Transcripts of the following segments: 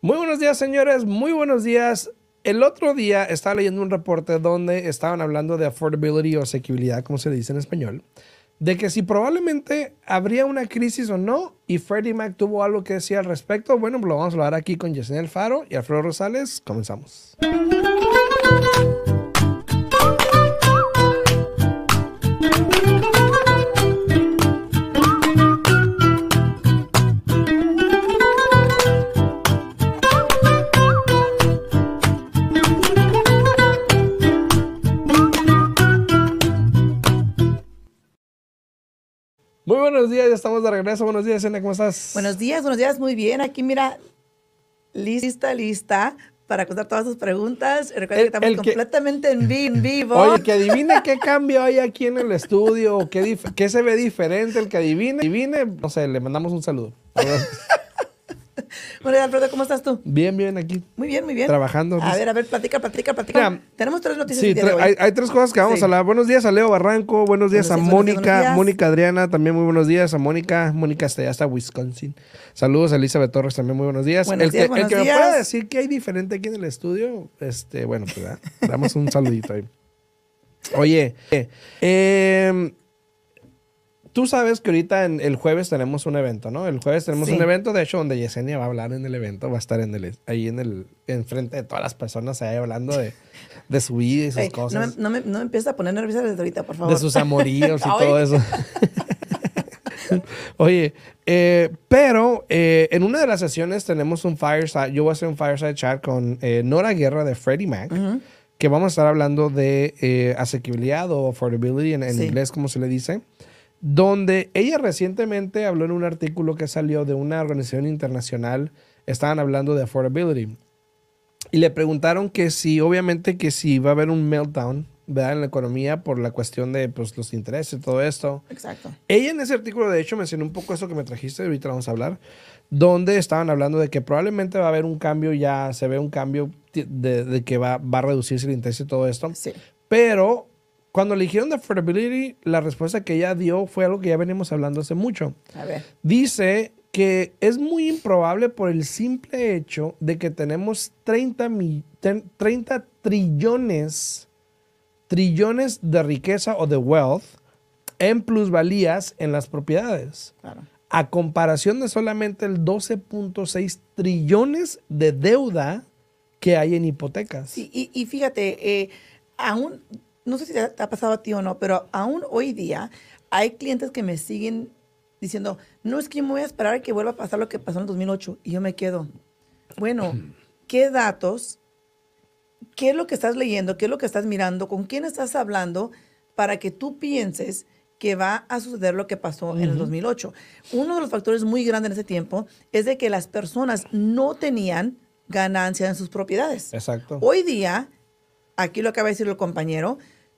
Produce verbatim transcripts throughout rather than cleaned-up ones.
Muy buenos días, señores. Muy buenos días. El otro día estaba leyendo un reporte donde estaban hablando de affordability o asequibilidad, como se le dice en español, de que si probablemente habría una crisis o no, y Freddie Mac tuvo algo que decir al respecto. Bueno, pues lo vamos a hablar aquí con Yesenia Alfaro y Alfredo Rosales. Comenzamos. Muy buenos días, ya estamos de regreso. Buenos días, Yesenia, ¿cómo estás? Buenos días, buenos días, muy bien. Aquí, mira, lista, lista para contestar todas tus preguntas. Recuerda que estamos que, completamente en, vi, en vivo. Oye, que adivine qué cambio hay aquí en el estudio, qué, qué se ve diferente, el que adivine, adivine, no sé, le mandamos un saludo. Bueno, Alfredo, ¿cómo estás tú? Bien, bien, aquí. Muy bien, muy bien. Trabajando. A ver, a ver, platica, platica, platica. Mira, tenemos tres noticias sí, el día de hoy. Hay, hay tres cosas que vamos sí. a hablar. Buenos días a Leo Barranco, buenos días buenos a días, Mónica, buenos días. Mónica Adriana, también muy buenos días a Mónica. Mónica está hasta Wisconsin. Saludos a Elizabeth Torres, también muy buenos días. Buenos el días, que, buenos el que días. me pueda decir que hay diferente aquí en el estudio, este, bueno, pues ¿verdad? Damos un saludito ahí. Oye, eh, eh tú sabes que ahorita en el jueves tenemos un evento, ¿no? El jueves tenemos sí. un evento, de hecho, donde Yesenia va a hablar en el evento, va a estar en el, ahí en el, enfrente de todas las personas ahí hablando de, de su vida y sus Ay, cosas. No me, no, me, no me empieces a poner nerviosa desde ahorita, por favor. De sus amoríos y todo eso. Oye, eh, pero eh, en una de las sesiones tenemos un fireside, yo voy a hacer un fireside chat con eh, Nora Guerra de Freddie Mac, uh-huh. que vamos a estar hablando de eh, asequibilidad o affordability en, en sí. inglés, como se le dice. Donde ella recientemente habló en un artículo que salió de una organización internacional, estaban hablando de affordability. Y le preguntaron que si, obviamente, que si va a haber un meltdown, ¿verdad? En la economía por la cuestión de pues, los intereses y todo esto. Exacto. Ella en ese artículo, de hecho, mencionó un poco eso que me trajiste, ahorita vamos a hablar, donde estaban hablando de que probablemente va a haber un cambio, ya se ve un cambio de, de que va, va a reducirse el interés y todo esto. Sí. Pero cuando le dijeron de affordability, la respuesta que ella dio fue algo que ya venimos hablando hace mucho. A ver. Dice que es muy improbable por el simple hecho de que tenemos treinta, treinta trillones, trillones de riqueza o de wealth en plusvalías en las propiedades. Claro. A comparación de solamente el doce punto seis trillones de deuda que hay en hipotecas. Sí, y, y fíjate, eh, aún... No sé si te ha pasado a ti o no, pero aún hoy día hay clientes que me siguen diciendo, no, es que yo me voy a esperar a que vuelva a pasar lo que pasó en el dos mil ocho. Y yo me quedo, bueno, ¿qué datos? ¿Qué es lo que estás leyendo? ¿Qué es lo que estás mirando? ¿Con quién estás hablando para que tú pienses que va a suceder lo que pasó uh-huh. en el dos mil ocho? Uno de los factores muy grandes en ese tiempo es de que las personas no tenían ganancia en sus propiedades. Exacto. Hoy día, aquí lo acaba de decir el compañero,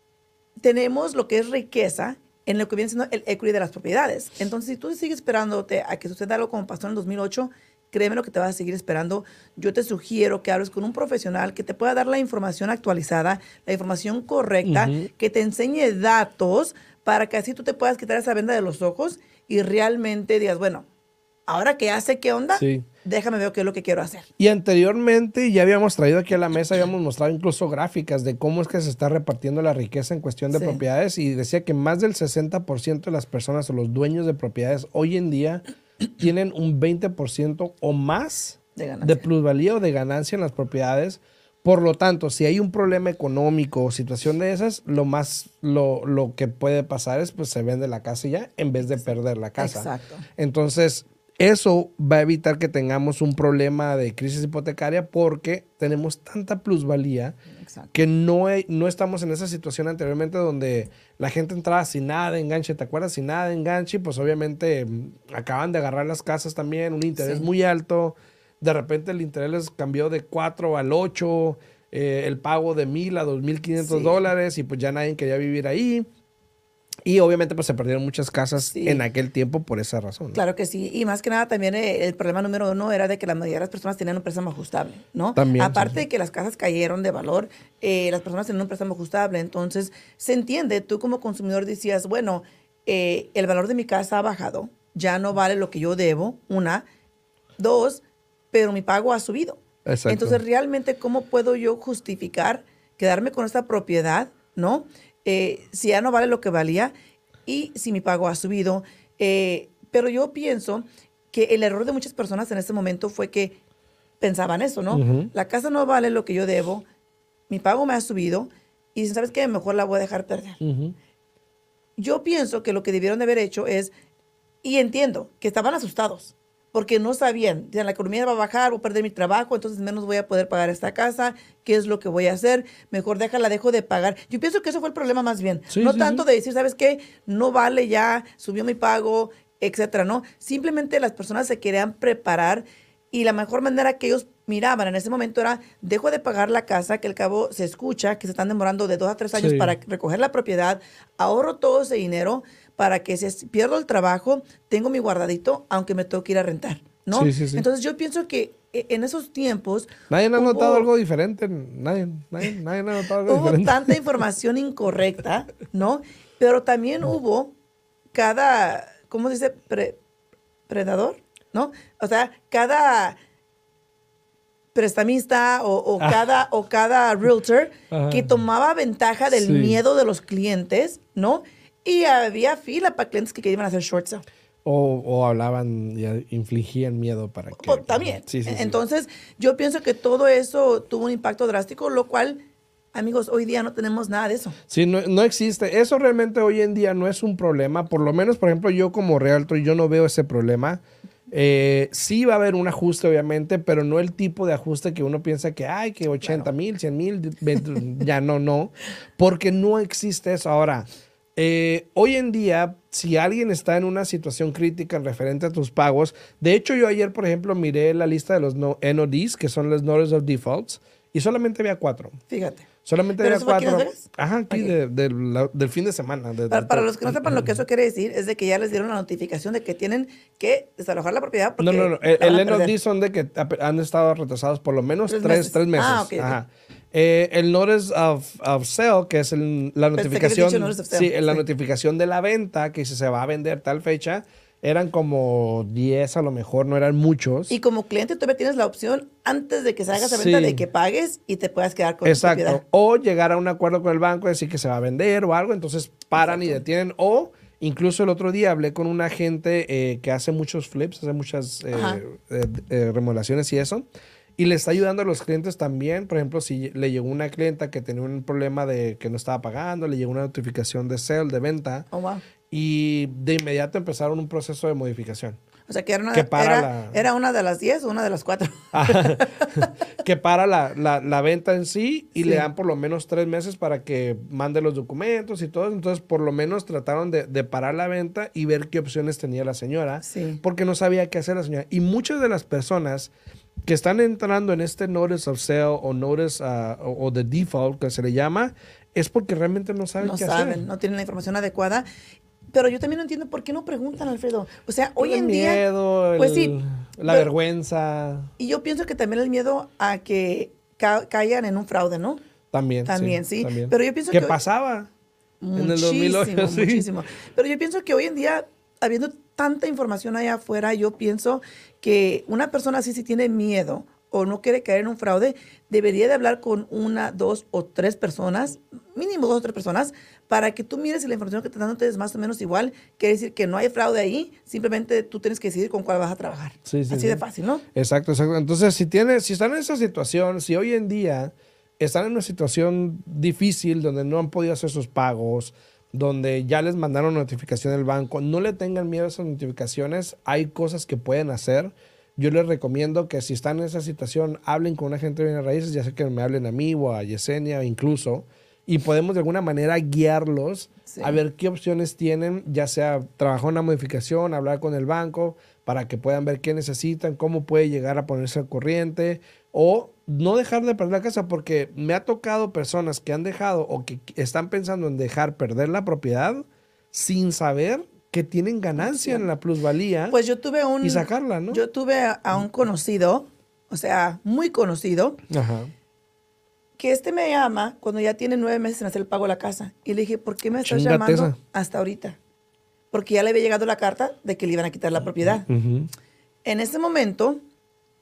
tenemos lo que es riqueza en lo que viene siendo el equity de las propiedades. Entonces, si tú sigues esperándote a que suceda algo como pasó en el dos mil ocho, créeme lo que te vas a seguir esperando. Yo te sugiero que hables con un profesional que te pueda dar la información actualizada, la información correcta, uh-huh. que te enseñe datos para que así tú te puedas quitar esa venda de los ojos y realmente digas, bueno, ahora que ya sé qué onda, sí. déjame ver qué es lo que quiero hacer. Y anteriormente ya habíamos traído aquí a la mesa, habíamos mostrado incluso gráficas de cómo es que se está repartiendo la riqueza en cuestión de sí. propiedades, y decía que más del sesenta por ciento de las personas o los dueños de propiedades hoy en día tienen un veinte por ciento o más de, de plusvalía o de ganancia en las propiedades. Por lo tanto, si hay un problema económico o situación de esas, lo más lo, lo que puede pasar es pues se vende la casa ya en vez de perder la casa. Exacto. Entonces, eso va a evitar que tengamos un problema de crisis hipotecaria porque tenemos tanta plusvalía Exacto. que no, hay, no estamos en esa situación anteriormente donde la gente entraba sin nada de enganche, ¿te acuerdas? Sin nada de enganche, pues obviamente acaban de agarrar las casas también, un interés sí. muy alto, de repente el interés les cambió de cuatro al ocho, eh, el pago de mil a dos mil quinientos dólares y pues ya nadie quería vivir ahí. Y obviamente pues se perdieron muchas casas sí. en aquel tiempo por esa razón, ¿no? Claro que sí. Y más que nada también eh, el problema número uno era de que la mayoría de las personas tenían un préstamo ajustable, ¿no? También. Aparte Sí, sí. de que las casas cayeron de valor, eh, las personas tenían un préstamo ajustable. Entonces, se entiende, tú como consumidor decías, bueno, eh, el valor de mi casa ha bajado, ya no vale lo que yo debo, una. Dos, pero mi pago ha subido. Exacto. Entonces, realmente, ¿cómo puedo yo justificar quedarme con esta propiedad, ¿no? Eh, si ya no vale lo que valía y si mi pago ha subido. Eh, pero yo pienso que el error de muchas personas en este momento fue que pensaban eso, ¿no? Uh-huh. La casa no vale lo que yo debo, mi pago me ha subido y dicen, ¿sabes qué? Mejor la voy a dejar perder. Uh-huh. Yo pienso que lo que debieron de haber hecho es, y entiendo, que estaban asustados, porque no sabían, la economía va a bajar, voy a perder mi trabajo, entonces menos voy a poder pagar esta casa, ¿qué es lo que voy a hacer? Mejor déjala, dejo de pagar. Yo pienso que eso fue el problema más bien. Sí, no sí, tanto sí. de decir, ¿sabes qué? No vale ya, subió mi pago, etcétera, ¿no? Simplemente las personas se querían preparar y la mejor manera que ellos miraban en ese momento era, dejo de pagar la casa, que al cabo se escucha que se están demorando de dos a tres años Sí. para recoger la propiedad, ahorro todo ese dinero para que si pierdo el trabajo, tengo mi guardadito, aunque me toque ir a rentar, ¿no? Sí, sí, sí. Entonces yo pienso que en esos tiempos... Nadie ha hubo- notado algo diferente. Nadie, nadie, nadie ha notado algo Hubo diferente. tanta información incorrecta, ¿no? Pero también hubo cada, ¿cómo se dice? Pre- predador, ¿no? O sea, cada prestamista o, o Ah. cada, o cada realtor Ajá. que tomaba ventaja del Sí. miedo de los clientes, ¿no? Y había fila para clientes que querían hacer short sale. O, o hablaban y infligían miedo para que... O también. Sí, sí, sí. Entonces, yo pienso que todo eso tuvo un impacto drástico, lo cual, amigos, hoy día no tenemos nada de eso. Sí, no, no existe. Eso realmente hoy en día no es un problema. Por lo menos, por ejemplo, yo como realtor, yo no veo ese problema. Eh, sí va a haber un ajuste, obviamente, pero no el tipo de ajuste que uno piensa que, ay, que ochenta mil, cien mil, ya no, no. Porque no existe eso. Ahora, eh, hoy en día, si alguien está en una situación crítica en referente a tus pagos, de hecho, yo ayer, por ejemplo, miré la lista de los no, N O Ds, que son los Notice of Defaults, y solamente había cuatro. Fíjate. Solamente ¿Pero había eso fue aquí en cuatro. Las Vegas? Ajá, aquí Ok. de- de la- del fin de semana. de- Para, de- para los que no sepan lo que eso quiere decir, es de que ya les dieron la notificación de que tienen que desalojar la propiedad porque No, no, no. El, la van el a N O D perder. son de que ap- han estado retrasados por lo menos Tres tres, meses. tres meses. Ah, ok, ok. Ajá. Eh, el Notice of, of Sale, que es el- la Pensé que habías notificación. dicho Notice of Sale. Sí, la Sí. notificación de la venta, que si se va a vender tal fecha, eran como diez a lo mejor, no eran muchos. Y como cliente todavía tienes la opción antes de que se haga esa venta Sí. de que pagues y te puedas quedar con tu Exacto. propiedad. O llegar a un acuerdo con el banco, decir que se va a vender o algo, entonces paran y Exacto. detienen. O incluso el otro día hablé con un agente eh, que hace muchos flips, hace muchas eh, Ajá. eh, eh, remodelaciones y eso. Y le está ayudando a los clientes también. Por ejemplo, si le llegó una clienta que tenía un problema de que no estaba pagando, le llegó una notificación de sale, de venta, Oh, wow. y de inmediato empezaron un proceso de modificación. O sea que era una, Que para era, la- era una de las diez o una de las cuatro. Que para la, la- la venta en sí y Sí. le dan por lo menos tres meses para que mande los documentos y todo. Entonces, por lo menos trataron de, de parar la venta y ver qué opciones tenía la señora, Sí. porque no sabía qué hacer la señora. Y muchas de las personas que están entrando en este Notice of Sale o Notice uh, o, o the Default, que se le llama, es porque realmente no saben No qué saben, hacer. no tienen la información adecuada. Pero yo también no entiendo por qué no preguntan, Alfredo. O sea, hoy el en día... miedo, pues el- sí, la pero- vergüenza, Y yo pienso que también el miedo a que ca- caigan en un fraude, ¿no? también. También, sí. también. Pero yo pienso ¿Qué que- pasaba? En el dos mil ocho, Muchísimo, sí. muchísimo. Pero yo pienso que hoy en día, habiendo tanta información allá afuera, yo pienso que una persona así si tiene miedo o no quiere caer en un fraude, debería de hablar con una, dos o tres personas, mínimo dos o tres personas, para que tú mires si la información que te están dando es más o menos igual. Quiere decir que no hay fraude ahí, simplemente tú tienes que decidir con cuál vas a trabajar. Sí, sí, así sí. de fácil, ¿no? Exacto, exacto. Entonces, si tiene, si están en esa situación, si hoy en día están en una situación difícil donde no han podido hacer sus pagos, donde ya les mandaron notificación del banco, no le tengan miedo a esas notificaciones. Hay cosas que pueden hacer. Yo les recomiendo que si están en esa situación, hablen con un agente de bienes raíces, ya sea que me hablen a mí o a Yesenia incluso, y podemos de alguna manera guiarlos Sí. a ver qué opciones tienen, ya sea trabajar una modificación, hablar con el banco para que puedan ver qué necesitan, cómo puede llegar a ponerse al corriente, o no dejar de perder la casa, porque me ha tocado personas que han dejado o que están pensando en dejar perder la propiedad sin saber que tienen ganancia en la plusvalía Pues yo tuve un... y sacarla, ¿no? Yo tuve a, a un conocido, o sea, muy conocido, Ajá. que este me llama cuando ya tiene nueve meses en hacer el pago de la casa. Y le dije, ¿por qué me estás Chíngate llamando esa. hasta ahorita? Porque ya le había llegado la carta de que le iban a quitar la propiedad. Ujú. En ese momento,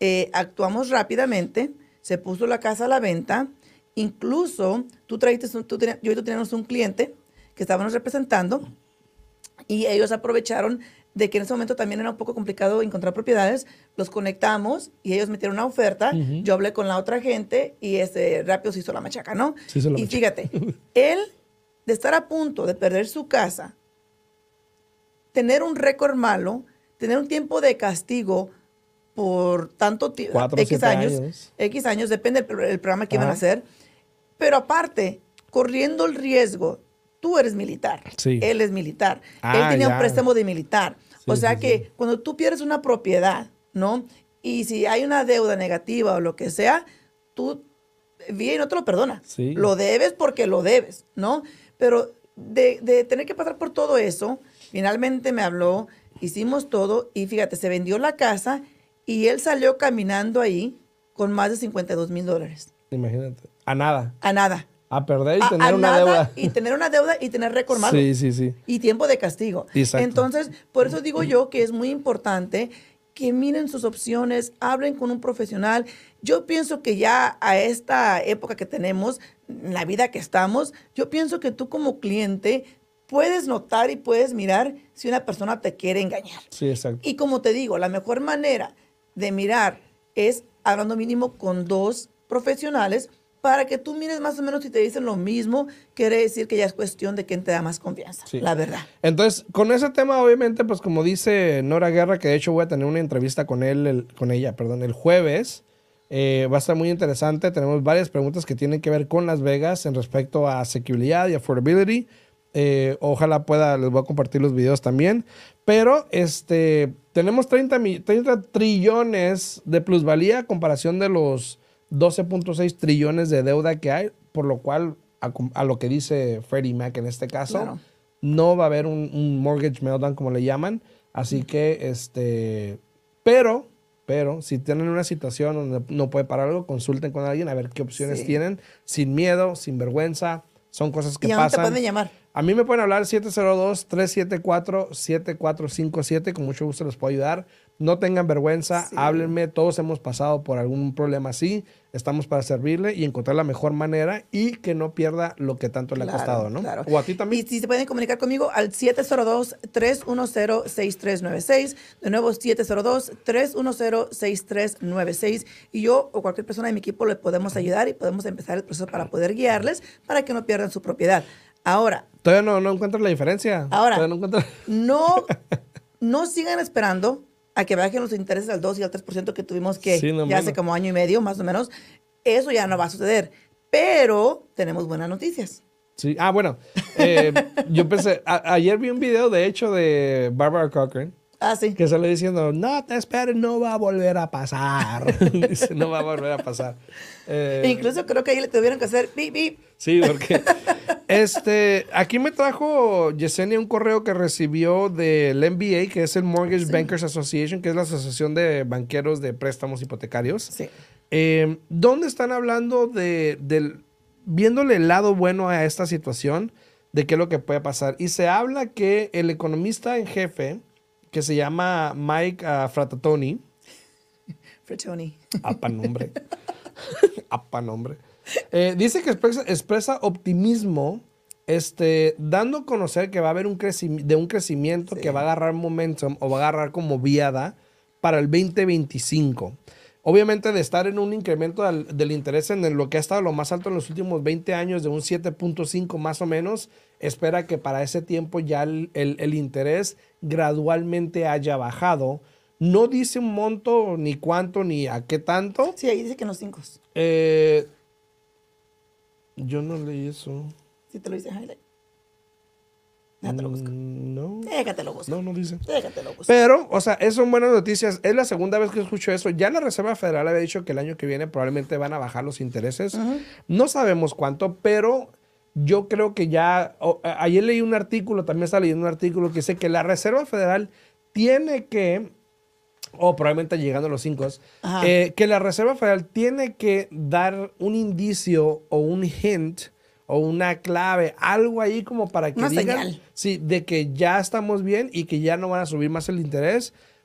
eh, actuamos rápidamente, se puso la casa a la venta, incluso tú traíste, tú ten, yo y tú teníamos un cliente que estábamos representando y ellos aprovecharon de que en ese momento también era un poco complicado encontrar propiedades, los conectamos y ellos metieron una oferta, uh-huh. Yo hablé con la otra gente y este, rápido se hizo la machaca, ¿no? Se hizo la y machaca. Fíjate, él de estar a punto de perder su casa, tener un récord malo, tener un tiempo de castigo por tanto tiempo, X años, años, X años, depende del, del programa que Ajá. iban a hacer, pero aparte, corriendo el riesgo, tú eres militar, sí. Él es militar, ah, él tenía ya. un préstamo de militar, sí, o sea sí, que sí. cuando tú pierdes una propiedad, ¿no? Y si hay una deuda negativa o lo que sea, tú bien no te lo perdonas, sí. Lo debes porque lo debes, ¿no? Pero de, de tener que pasar por todo eso, finalmente me habló, hicimos todo y fíjate, se vendió la casa y él salió caminando ahí con más de cincuenta y dos mil dólares. Imagínate. A nada. A nada. A perder y a, tener a una nada deuda. Y tener una deuda y tener récord malo. Sí, sí, sí. Y tiempo de castigo. Exacto. Entonces, por eso digo yo que es muy importante que miren sus opciones, hablen con un profesional. Yo pienso que ya a esta época que tenemos, la vida que estamos, yo pienso que tú como cliente puedes notar y puedes mirar si una persona te quiere engañar. Sí, exacto. Y como te digo, la mejor manera de mirar es hablando mínimo con dos profesionales para que tú mires más o menos si te dicen lo mismo, quiere decir que ya es cuestión de quién te da más confianza, sí. La verdad. Entonces, con ese tema, obviamente, pues como dice Nora Guerra, que de hecho voy a tener una entrevista con él, el, con ella, perdón, el jueves, eh, va a estar muy interesante. Tenemos varias preguntas que tienen que ver con Las Vegas en respecto a asequibilidad y affordability. Eh, ojalá pueda, les voy a compartir los videos también. Pero este, tenemos treinta, treinta trillones de plusvalía a comparación de los doce punto seis trillones de deuda que hay, por lo cual, a, a lo que dice Freddie Mac en este caso, claro. No va a haber un, un mortgage meltdown, como le llaman. Así mm. que, este, pero, pero, si tienen una situación donde no puede parar algo, consulten con alguien a ver qué opciones sí. tienen, sin miedo, sin vergüenza. Son cosas que ¿Y pasan. ¿Y te pueden llamar? A mí me pueden hablar siete cero dos, tres siete cuatro, siete cuatro cinco siete. Con mucho gusto les puedo ayudar. No tengan vergüenza, sí. Háblenme. Todos hemos pasado por algún problema así. Estamos para servirle y encontrar la mejor manera y que no pierda lo que tanto claro, le ha costado, ¿no? Claro. O a ti también. Y si se pueden comunicar conmigo al siete cero dos, tres uno cero, seis tres nueve seis. De nuevo, siete cero dos, tres uno cero, seis tres nueve seis. Y yo o cualquier persona de mi equipo les podemos ayudar y podemos empezar el proceso para poder guiarles para que no pierdan su propiedad. Ahora. Todavía no, no encuentras la diferencia. Ahora. Todavía no, encuentras... no, no sigan esperando a que bajen los intereses al dos y al tres por ciento que tuvimos que sí, no ya hace como año y medio, más o menos. Eso ya no va a suceder. Pero tenemos buenas noticias. Sí, ah, bueno. Eh, yo pensé, a, ayer vi un video, de hecho, de Barbara Cochran. Ah, sí. Que sale diciendo, no te esperes, no va a volver a pasar. Dice, no va a volver a pasar. Eh, Incluso creo que ahí le tuvieron que hacer bip, bip. Sí, porque este, aquí me trajo Yesenia un correo que recibió del M B A, que es el Mortgage sí. Bankers Association, que es la Asociación de Banqueros de Préstamos Hipotecarios. Sí. Eh, donde están hablando de, de, viéndole el lado bueno a esta situación, de qué es lo que puede pasar. Y se habla que el economista en jefe, que se llama Mike uh, Frattoni. Frattoni. Apa nombre. Apa nombre. Eh, dice que expresa, expresa optimismo, este, dando a conocer que va a haber un crecimiento, de un crecimiento sí. que va a agarrar momentum o va a agarrar como viada para el veinte veinticinco. Obviamente de estar en un incremento del, del interés en lo que ha estado lo más alto en los últimos veinte años, de un siete punto cinco más o menos, espera que para ese tiempo ya el, el, el interés gradualmente haya bajado. No dice un monto, ni cuánto, ni a qué tanto. Sí, ahí dice que en los cinco. Eh, yo no leí eso. Sí te lo dice highlight. Déjatelo buscar. No. Déjatelo buscar. No, no dice. Déjatelo buscar. Pero, o sea, esas son buenas noticias. Es la segunda vez que escucho eso. Ya la Reserva Federal había dicho que el año que viene probablemente van a bajar los intereses. Uh-huh. No sabemos cuánto, pero yo creo que ya... Oh, ayer leí un artículo, también estaba leyendo un artículo que dice que la Reserva Federal tiene que... O oh, probablemente llegando a los cinco, eh, que la Reserva Federal tiene que dar un indicio o un hint o una clave, algo ahí como para que una digan señal. Sí, de que ya estamos bien y que ya no van a subir más el interés,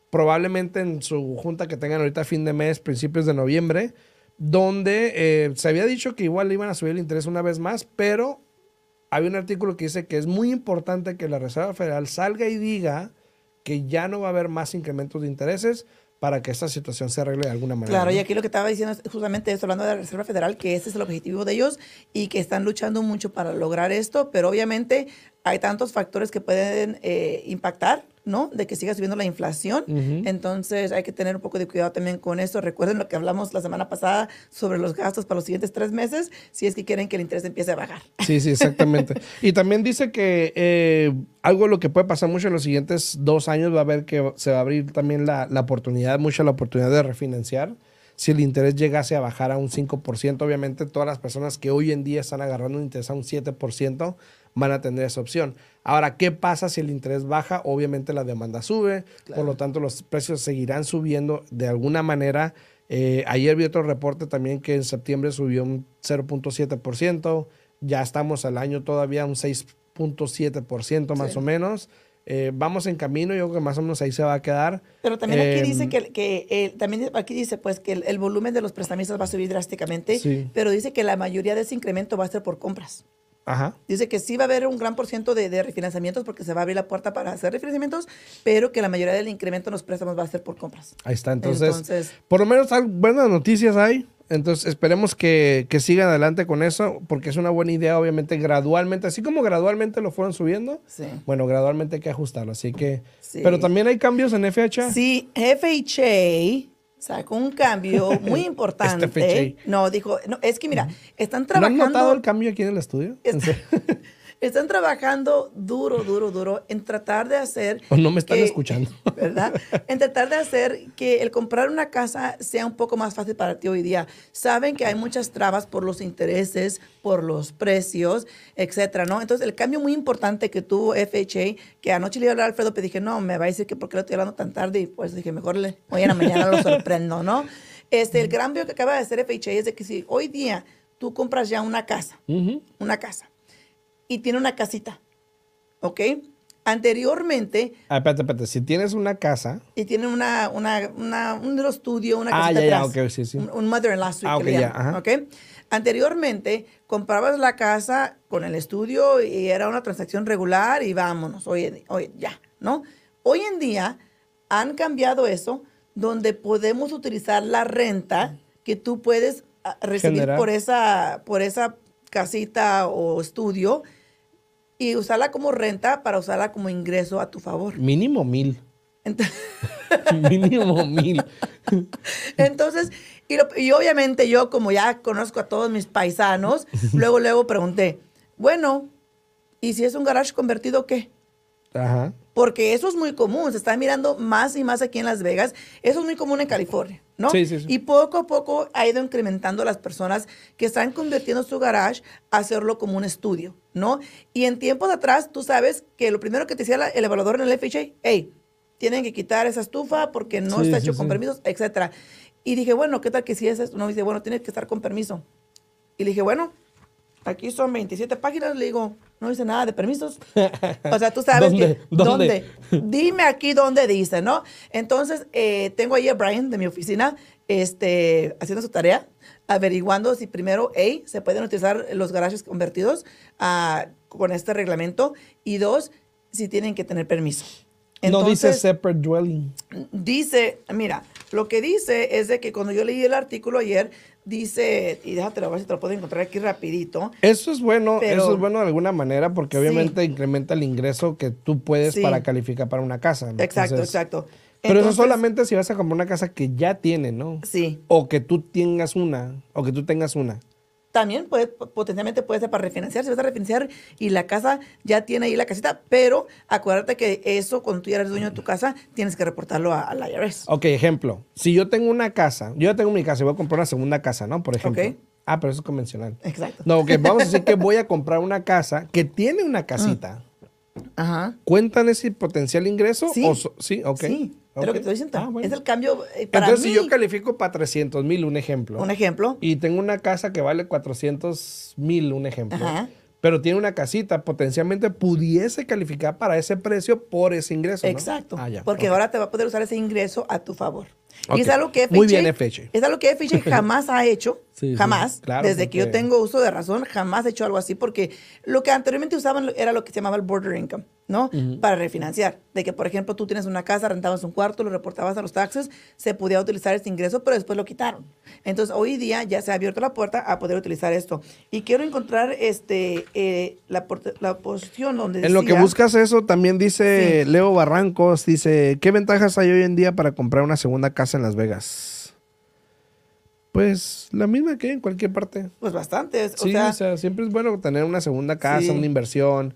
probablemente en su junta que tengan ahorita a fin de mes, principios de noviembre, donde eh, se había dicho que igual le iban a subir el interés una vez más, pero hay un artículo que dice que es muy importante que la Reserva Federal salga y diga que ya no va a haber más incrementos de intereses para que esta situación se arregle de alguna manera. Claro, ¿no? y aquí lo que estaba diciendo es justamente esto, hablando de la Reserva Federal, que ese es el objetivo de ellos y que están luchando mucho para lograr esto, pero obviamente hay tantos factores que pueden eh, impactar, ¿no? De que siga subiendo la inflación. Uh-huh. Entonces hay que tener un poco de cuidado también con esto. Recuerden lo que hablamos la semana pasada sobre los gastos para los siguientes tres meses, si es que quieren que el interés empiece a bajar. Sí, sí, exactamente. Y también dice que eh, algo de lo que puede pasar mucho en los siguientes dos años va a ver que se va a abrir también la, la oportunidad, mucha la oportunidad de refinanciar. Si el interés llegase a bajar a un cinco por ciento, obviamente todas las personas que hoy en día están agarrando un interés a un siete por ciento van a tener esa opción. Ahora, ¿qué pasa si el interés baja? Obviamente la demanda sube, claro. Por lo tanto los precios seguirán subiendo de alguna manera. Eh, ayer vi otro reporte también que en septiembre subió un cero punto siete por ciento, ya estamos al año todavía un seis punto siete por ciento más sí. o menos. Eh, vamos en camino, yo creo que más o menos ahí se va a quedar. Pero también aquí eh, dice que, que eh, también aquí dice pues que el, el volumen de los prestamistas va a subir drásticamente, sí. pero dice que la mayoría de ese incremento va a ser por compras. Ajá. Dice que sí va a haber un gran por ciento de, de refinanciamientos porque se va a abrir la puerta para hacer refinanciamientos, pero que la mayoría del incremento en los préstamos va a ser por compras. Ahí está, entonces, entonces por lo menos hay buenas noticias hay. Entonces esperemos que, que sigan adelante con eso, porque es una buena idea, obviamente, gradualmente, así como gradualmente lo fueron subiendo, sí. bueno, gradualmente hay que ajustarlo, así que, sí. pero también hay cambios en F H A. Sí, F H A sacó un cambio muy importante. Este F H A. No, dijo, no, es que mira, están trabajando. ¿No han notado el cambio aquí en el estudio? Está, están trabajando duro, duro, duro en tratar de hacer... O no me están que, escuchando. ¿Verdad? En tratar de hacer que el comprar una casa sea un poco más fácil para ti hoy día. Saben que hay muchas trabas por los intereses, por los precios, etcétera, ¿no? Entonces, el cambio muy importante que tuvo F H A, que anoche le iba a hablar a Alfredo, pero dije, no, me va a decir que por qué lo estoy hablando tan tarde, y pues dije, mejor le, hoy en la mañana lo sorprendo, ¿no? Este, el cambio que acaba de hacer F H A es de que si hoy día tú compras ya una casa, uh-huh. una casa, y tiene una casita, ¿ok? Anteriormente... Ah, espérate, espérate. Si tienes una casa... Y tiene una, una, una, un little estudio, una ah, casita ya, atrás. ya, ok, sí, sí. Un, un mother-in-law suite, ah, que okay, le ya, llaman, ajá. ¿ok? Anteriormente, comprabas la casa con el estudio y era una transacción regular y vámonos, hoy, hoy ya, ¿no? Hoy en día han cambiado eso, donde podemos utilizar la renta que tú puedes recibir por esa, por esa casita o estudio y usarla como renta para usarla como ingreso a tu favor. Mínimo mil. Entonces, Mínimo mil. Entonces, y, lo, y obviamente yo, como ya conozco a todos mis paisanos, luego, luego pregunté, bueno, ¿y si es un garage convertido qué? Ajá. Porque eso es muy común, se está mirando más y más aquí en Las Vegas. Eso es muy común en California, ¿no? Sí, sí, sí. Y poco a poco ha ido incrementando las personas que están convirtiendo su garage a hacerlo como un estudio, ¿no? Y en tiempos atrás, tú sabes que lo primero que te decía la, el evaluador en el F H A, hey, tienen que quitar esa estufa porque no sí, está hecho sí, con sí. permisos, etcétera. Y dije, bueno, ¿qué tal que si es esto? No, dice, bueno, tiene que estar con permiso. Y le dije, bueno, aquí son veintisiete páginas, le digo, no dice nada de permisos. O sea, tú sabes ¿Dónde? que... ¿Dónde? ¿Dónde? Dime aquí dónde dice, ¿no? Entonces, eh, tengo ahí a Brian de mi oficina este, haciendo su tarea, averiguando si primero, A, se pueden utilizar los garajes convertidos uh, con este reglamento, y dos, si tienen que tener permiso. Entonces, no dice separate dwelling. Dice, mira, lo que dice es de que cuando yo leí el artículo ayer, dice, y déjate ver si te lo puedo encontrar aquí rapidito. Eso es bueno, pero, eso es bueno de alguna manera porque obviamente sí. incrementa el ingreso que tú puedes sí. para calificar para una casa, ¿no? Exacto, Entonces, exacto. Pero Entonces, eso solamente si vas a comprar una casa que ya tiene, ¿no? Sí. O que tú tengas una, o que tú tengas una. También puede, potencialmente puede ser para refinanciar, si vas a refinanciar y la casa ya tiene ahí la casita, pero acuérdate que eso, cuando tú ya eres dueño de tu casa, tienes que reportarlo al I R S. Ok, ejemplo, si yo tengo una casa, yo ya tengo mi casa y voy a comprar una segunda casa, ¿no? Por ejemplo. Ok. Ah, pero eso es convencional. Exacto. No, ok, vamos a decir que voy a comprar una casa que tiene una casita. Mm. Ajá. ¿Cuentan ese potencial ingreso? Sí. O so, sí, ok. Sí. Okay. Es lo que te estoy diciendo. Ah, bueno. Es el cambio eh, para Entonces, mí, si yo califico para trescientos mil, un ejemplo. Un ejemplo. Y tengo una casa que vale cuatrocientos mil, un ejemplo. Ajá. pero tiene una casita, potencialmente pudiese calificar para ese precio por ese ingreso, ¿no? Exacto. Ah, ya. Porque Ok. ahora te va a poder usar ese ingreso a tu favor. Ok. Y es algo que F H A, Muy bien, F H A. Es algo que F H A jamás ha hecho. Sí, sí, jamás. claro, Desde que yo porque- tengo uso de razón, jamás he hecho algo así. Porque lo que anteriormente usaban era lo que se llamaba el border income, ¿no? Para refinanciar. De que, por ejemplo, tú tienes una casa, rentabas un cuarto, lo reportabas a los taxes, se podía utilizar este ingreso, pero después lo quitaron. Entonces, hoy día ya se ha abierto la puerta a poder utilizar esto. Y quiero encontrar este eh, la, porte- la posición donde En lo que decía- buscas eso, también dice Sí. Leo Barrancos, dice, ¿qué ventajas hay hoy en día para comprar una segunda casa en Las Vegas? Pues la misma que hay en cualquier parte. Pues bastantes. Sí, o sea, o sea, siempre es bueno tener una segunda casa, Sí. una inversión.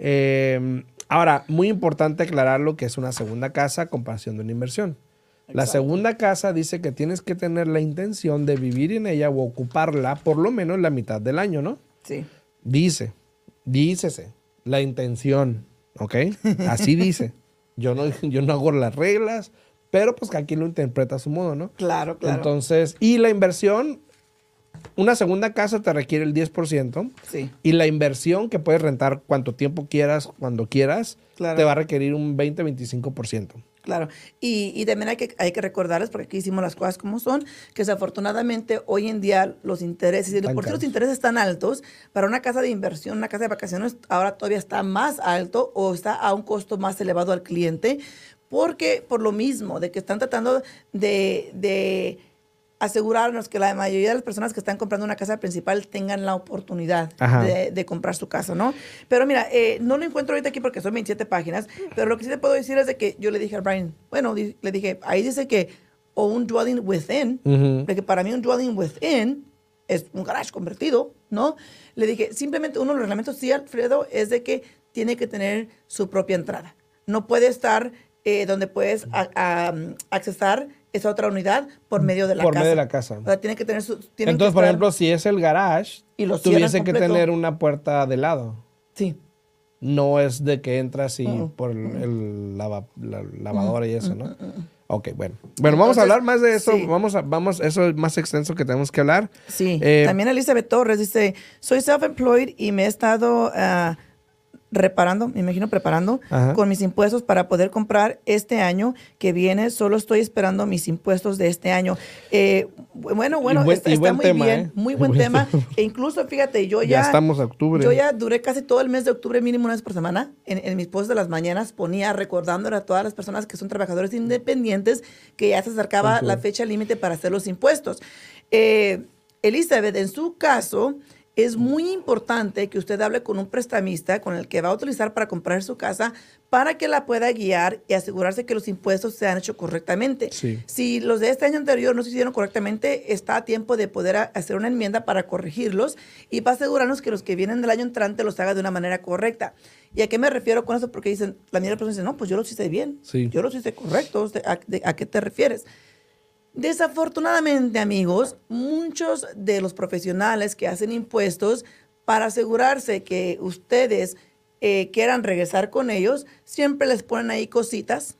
Eh, ahora, muy importante aclarar lo que es una segunda casa a comparación de una inversión. La Exacto. segunda casa dice que tienes que tener la intención de vivir en ella o ocuparla por lo menos la mitad del año, ¿no? sí. Dice, dícese, la intención, ¿ok? Así dice. Yo no, yo no hago las reglas, pero pues que aquí lo interpreta a su modo, ¿no? Claro, claro. Entonces, y la inversión, una segunda casa te requiere el diez por ciento. Sí. Y la inversión que puedes rentar cuanto tiempo quieras, cuando quieras, Claro. te va a requerir un veinte a veinticinco por ciento. Claro, y, y también hay que, hay que recordarles, porque aquí hicimos las cosas como son, que desafortunadamente hoy en día los intereses, y de Están por sí los caros. intereses están altos, para una casa de inversión, una casa de vacaciones, ahora todavía está más alto o está a un costo más elevado al cliente, porque por lo mismo, de que están tratando de, de asegurarnos que la mayoría de las personas que están comprando una casa principal tengan la oportunidad Ajá. de, de comprar su casa, ¿no? Pero mira, eh, no lo encuentro ahorita aquí porque son veintisiete páginas, pero lo que sí te puedo decir es de que yo le dije a Brian, bueno, di- le dije, ahí dice que, o un dwelling within, Ujú. de que para mí un dwelling within es un garage convertido, ¿no? Le dije, simplemente uno de los reglamentos, sí, Alfredo, es de que tiene que tener su propia entrada. No puede estar eh, donde puedes a- a- accesar esa otra unidad por medio de la Por casa. medio de la casa. O sea, tiene que tener su... tienen Entonces, que por estar- ejemplo, si es el garage, Y lo cierran tuviese que completo. tener una puerta de lado. Sí. No es de que entras y Mm, por el, el lava- la lavadora y eso, ¿no? mm, mm. Ok, bueno. Bueno, vamos a Entonces, hablar más de eso. sí. Vamos a, vamos, eso es más extenso que tenemos que hablar. Sí, Eh, también Elizabeth Torres dice, soy self-employed y me he estado ah, reparando, me imagino preparando, Ajá. con mis impuestos para poder comprar este año que viene. Solo estoy esperando mis impuestos de este año. Eh, bueno, bueno, Y buen- está, y está buen muy tema, bien, ¿eh? muy buen Buen tema. tema. E incluso, fíjate, yo Ya ya... estamos a octubre. Yo ya duré casi todo el mes de octubre, mínimo una vez por semana. En, en mis posts de las mañanas ponía recordándole a todas las personas que son trabajadores independientes que ya se acercaba Ok. la fecha límite para hacer los impuestos. Eh, Elizabeth, en su caso, es muy importante que usted hable con un prestamista con el que va a utilizar para comprar su casa para que la pueda guiar y asegurarse que los impuestos se han hecho correctamente. Sí. Si los de este año anterior no se hicieron correctamente, está a tiempo de poder a- hacer una enmienda para corregirlos y para asegurarnos que los que vienen del año entrante los haga de una manera correcta. ¿Y a qué me refiero con eso? Porque dicen, la mayoría de las personas dicen, no, pues yo los hice bien, Sí. yo los hice correctos. ¿De- a, de- ¿A qué te refieres? Desafortunadamente, amigos, muchos de los profesionales que hacen impuestos, para asegurarse que ustedes eh, quieran regresar con ellos, siempre les ponen ahí cositas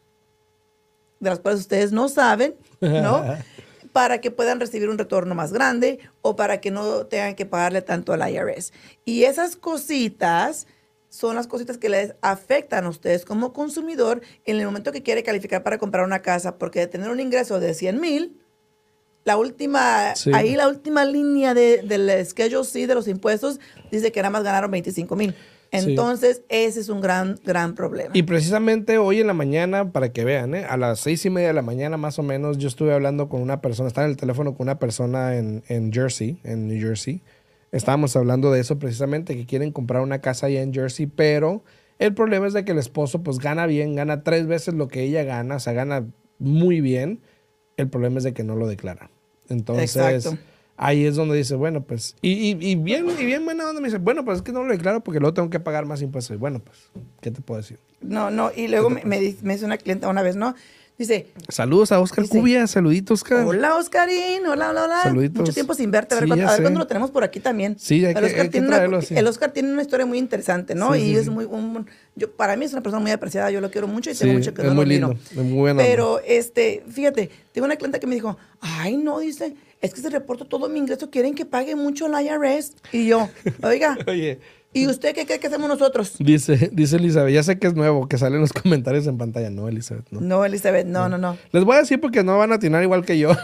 de las cuales ustedes no saben, ¿no? Para que puedan recibir un retorno más grande o para que no tengan que pagarle tanto al I R S. Y esas cositas son las cositas que les afectan a ustedes como consumidor en el momento que quiere calificar para comprar una casa, porque de tener un ingreso de cien mil, la última, Sí. ahí la última línea de, del Schedule C de los impuestos dice que nada más ganaron veinticinco mil. Entonces, ese es un gran, gran problema. Y precisamente hoy en la mañana, para que vean, ¿eh? a las seis y media de la mañana más o menos, yo estuve hablando con una persona, estaba en el teléfono con una persona en, en Jersey, en New Jersey. Estábamos hablando de eso precisamente, que quieren comprar una casa allá en Jersey, pero el problema es de que el esposo pues gana bien, gana tres veces lo que ella gana, o sea, gana muy bien. El problema es de que no lo declara. Entonces, Exacto. ahí es donde dice, bueno, pues, y, y, y bien, y bien buena onda me dice, bueno, pues es que no lo declaro porque luego tengo que pagar más impuestos. Y bueno, pues, ¿qué te puedo decir? No, no, y luego me, me, di- me dice una clienta una vez, ¿no? Dice, Saludos a Oscar Dice, Cubia, saluditos, Oscar. hola, Oscarín, hola, hola, hola. Saluditos. Mucho tiempo sin verte, a ver, Sí, cuándo- ya a ver sé. cuándo lo tenemos por aquí también. Sí, hay el, que- Oscar hay que tiene una, traerlo, sí. el Oscar tiene una historia muy interesante, ¿no? Sí, y sí, es sí. muy, un- yo, para mí es una persona muy apreciada, yo lo quiero mucho y Sí, tengo mucho que es no muy lo lindo, miro. es muy buena Pero, este, fíjate, tengo una clienta que me dijo, ay, no, dice, es que se reporto todo mi ingreso, quieren que pague mucho el I R S. Y yo, oiga, Oye, ¿Y usted qué cree que hacemos nosotros? Dice, dice Elizabeth, ya sé que es nuevo, que salen los comentarios en pantalla. No, Elizabeth, no. No, Elizabeth, no, no, no. Les voy a decir porque no van a atinar igual que yo.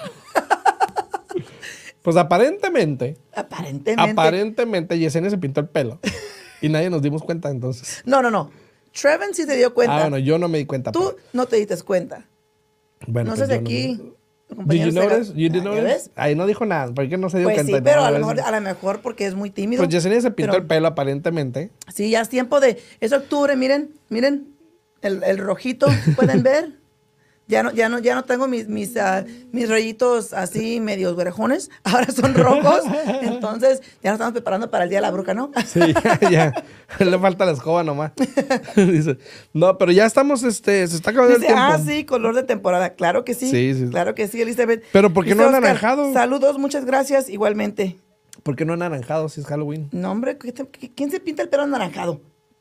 Pues aparentemente, Aparentemente. aparentemente Yesenia se pintó el pelo. Y nadie nos dimos cuenta entonces. No, no, no. Treven sí se dio cuenta. Ah, bueno, yo no me di cuenta. Tú pero- no te diste cuenta. Bueno, no pues sé si yo aquí... me- los Did you compañeros se- notice? You did Ah, ¿ya notice? ves? Ahí no dijo nada. ¿Por qué no se dio Pues cuenta? sí, pero No, a lo, es- mejor, a lo mejor porque es muy tímido. Pues Yesenia se pintó pero- el pelo aparentemente. Sí, ya es tiempo de... Es octubre, miren, miren. El, el rojito, ¿pueden ver? Ya no, ya no, ya no tengo mis, mis, ah, mis rollitos así medios orejones. Ahora son rojos. Entonces, ya nos estamos preparando para el Día de la Bruja, ¿no? Sí, ya, ya. Le falta la escoba nomás. Dice, no, pero ya estamos, este, se está acabando Dice, el tiempo. ah, sí, color de temporada. Claro que sí. Sí, sí. Claro que sí, Elizabeth. Pero ¿por qué Dice no Oscar, anaranjado? Saludos, muchas gracias, igualmente. ¿Por qué no anaranjado si es Halloween? No, hombre, ¿qué te- qué- ¿quién se pinta el pelo anaranjado?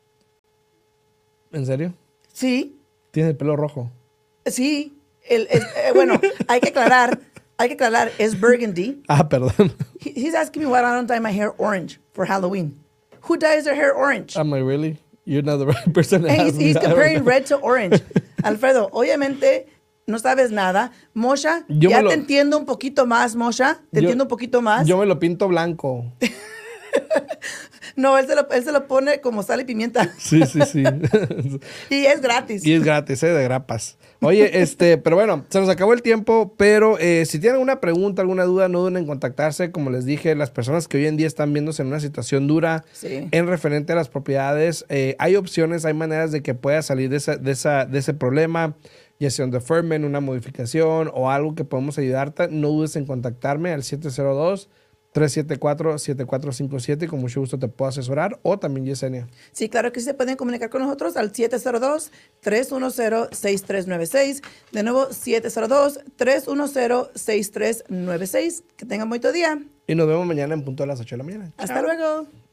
¿En serio? Sí, Tienes el pelo rojo. sí. El, el- eh, bueno, hay que aclarar, hay que aclarar, es burgundy. Ah, perdón. He- he's asking me why I don't dye my hair orange for Halloween. Who dyes their hair orange? I'm like, really? You're not the right person to And ask he's, me he's that comparing right now. red to orange. Alfredo, obviamente no sabes nada. Mosha, Yo ya me lo- te entiendo un poquito más, Mosha. Te Yo- entiendo un poquito más. Yo me lo pinto blanco. No, él se, lo, él se lo pone como sal y pimienta. Sí, sí, sí. Y es gratis. Y es gratis, ¿eh? De grapas. Oye, este, pero bueno, se nos acabó el tiempo, pero eh, si tienen alguna pregunta, alguna duda, no duden en contactarse. Como les dije, las personas que hoy en día están viéndose en una situación dura Sí. en referente a las propiedades, eh, hay opciones, hay maneras de que pueda salir de, esa, de, esa, de ese problema, ya sea un deferment, una modificación o algo que podemos ayudarte. No dudes en contactarme al siete cero dos, tres siete cuatro, siete cuatro cinco siete. Con mucho gusto te puedo asesorar. O también Yesenia. Sí, claro que sí se pueden comunicar con nosotros al siete cero dos, tres uno cero, seis tres nueve seis. De nuevo, siete cero dos, tres uno cero, seis tres nueve seis. Que tengan bonito día. Y nos vemos mañana en punto de las ocho de la mañana. Hasta luego.